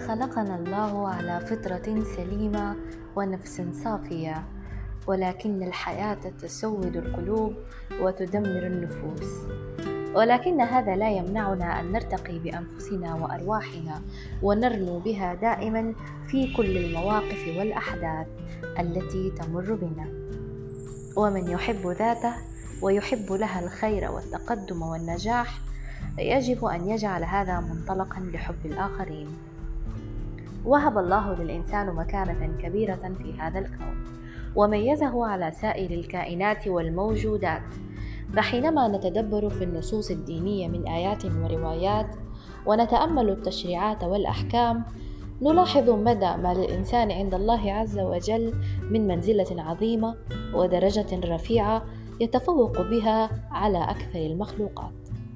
خلقنا الله على فطرة سليمة ونفس صافية، ولكن الحياة تسود القلوب وتدمر النفوس. ولكن هذا لا يمنعنا أن نرتقي بأنفسنا وأرواحنا ونرنو بها دائما في كل المواقف والأحداث التي تمر بنا. ومن يحب ذاته ويحب لها الخير والتقدم والنجاح يجب أن يجعل هذا منطلقا لحب الآخرين. وهب الله للإنسان مكانة كبيرة في هذا الكون وميزه على سائر الكائنات والموجودات، فحينما نتدبر في النصوص الدينية من آيات وروايات ونتأمل التشريعات والأحكام نلاحظ مدى ما للإنسان عند الله عز وجل من منزلة عظيمة ودرجة رفيعة يتفوق بها على أكثر المخلوقات.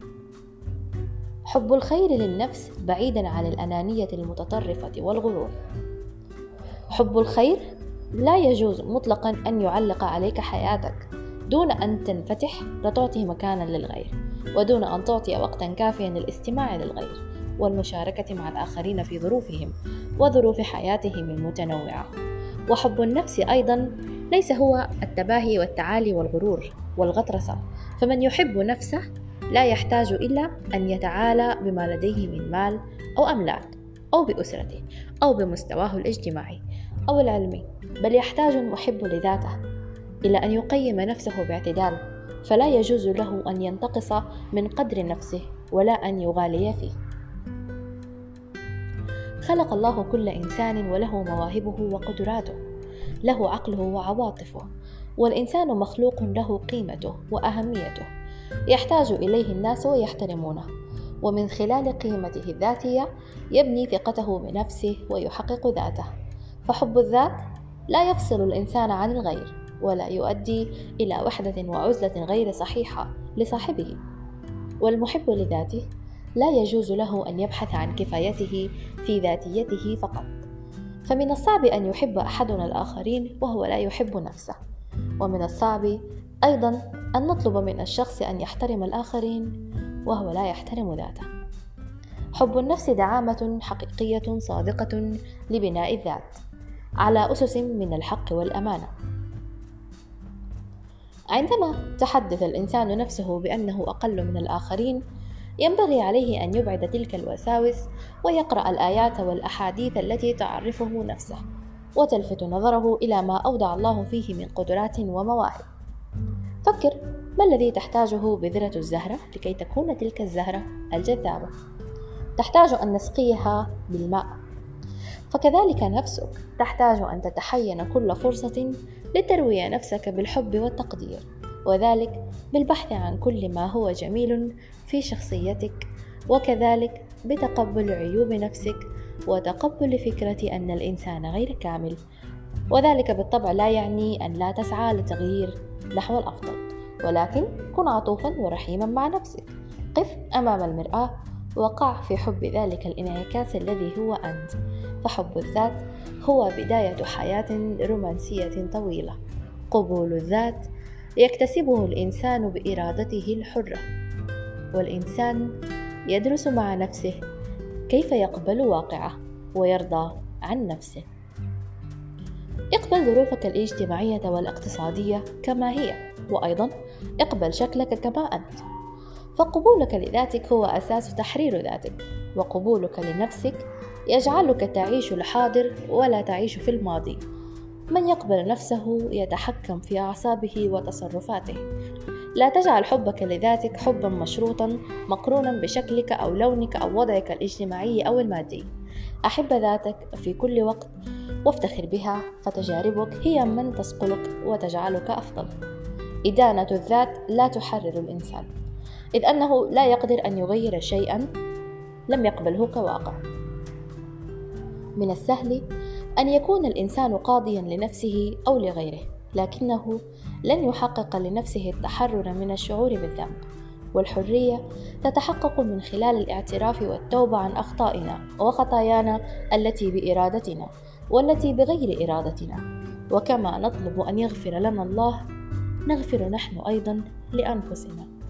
حب الخير للنفس بعيدا عن الأنانية المتطرفة والغرور. حب الخير لا يجوز مطلقا أن يعلق عليك حياتك دون أن تنفتح لتعطي مكانا للغير، ودون أن تعطي وقتا كافيا للاستماع للغير والمشاركة مع الآخرين في ظروفهم وظروف حياتهم المتنوعة. وحب النفس أيضا ليس هو التباهي والتعالي والغرور والغطرسة، فمن يحب نفسه لا يحتاج إلا أن يتعالى بما لديه من مال أو أملاك أو بأسرته أو بمستواه الاجتماعي أو العلمي، بل يحتاج المحب لذاته إلى أن يقيم نفسه باعتدال، فلا يجوز له أن ينتقص من قدر نفسه ولا أن يغالي فيه. خلق الله كل إنسان وله مواهبه وقدراته، له عقله وعواطفه، والإنسان مخلوق له قيمته وأهميته يحتاج إليه الناس ويحترمونه، ومن خلال قيمته الذاتية يبني ثقته بنفسه ويحقق ذاته. فحب الذات لا يفصل الإنسان عن الغير ولا يؤدي إلى وحدة وعزلة غير صحيحة لصاحبه. والمحب لذاته لا يجوز له أن يبحث عن كفايته في ذاتيته فقط، فمن الصعب أن يحب أحدنا الآخرين وهو لا يحب نفسه، ومن الصعب أيضا أن نطلب من الشخص أن يحترم الآخرين وهو لا يحترم ذاته. حب النفس دعامة حقيقية صادقة لبناء الذات على أسس من الحق والأمانة. عندما تحدث الإنسان نفسه بأنه أقل من الآخرين ينبغي عليه أن يبعد تلك الوساوس ويقرأ الآيات والأحاديث التي تعرفه نفسه وتلفت نظره إلى ما أودع الله فيه من قدرات ومواهب. فكر، ما الذي تحتاجه بذرة الزهرة لكي تكون تلك الزهرة الجذابة؟ تحتاج أن نسقيها بالماء، فكذلك نفسك تحتاج أن تتحين كل فرصة لتروي نفسك بالحب والتقدير، وذلك بالبحث عن كل ما هو جميل في شخصيتك، وكذلك بتقبل عيوب نفسك وتقبل فكرة أن الإنسان غير كامل. وذلك بالطبع لا يعني أن لا تسعى لتغيير نحو الأفضل، ولكن كن عطوفا ورحيما مع نفسك. قف أمام المرآة وقع في حب ذلك الانعكاس الذي هو أنت، فحب الذات هو بداية حياة رومانسية طويلة. قبول الذات يكتسبه الإنسان بإرادته الحرة، والإنسان يدرس مع نفسه كيف يقبل واقعه ويرضى عن نفسه. اقبل ظروفك الاجتماعية والاقتصادية كما هي، وأيضا اقبل شكلك كما أنت، فقبولك لذاتك هو أساس تحرير ذاتك، وقبولك لنفسك يجعلك تعيش الحاضر ولا تعيش في الماضي. من يقبل نفسه يتحكم في أعصابه وتصرفاته. لا تجعل حبك لذاتك حبا مشروطا مقرونا بشكلك أو لونك أو وضعك الاجتماعي أو المادي. أحب ذاتك في كل وقت وافتخر بها، فتجاربك هي من تصقلك وتجعلك أفضل. إدانة الذات لا تحرر الإنسان، إذ أنه لا يقدر أن يغير شيئا لم يقبله كواقع. من السهل أن يكون الإنسان قاضيا لنفسه أو لغيره، لكنه لن يحقق لنفسه التحرر من الشعور بالذنب، والحرية تتحقق من خلال الاعتراف والتوبة عن أخطائنا وخطايانا التي بإرادتنا والتي بغير إرادتنا. وكما نطلب أن يغفر لنا الله نغفر نحن أيضا لأنفسنا.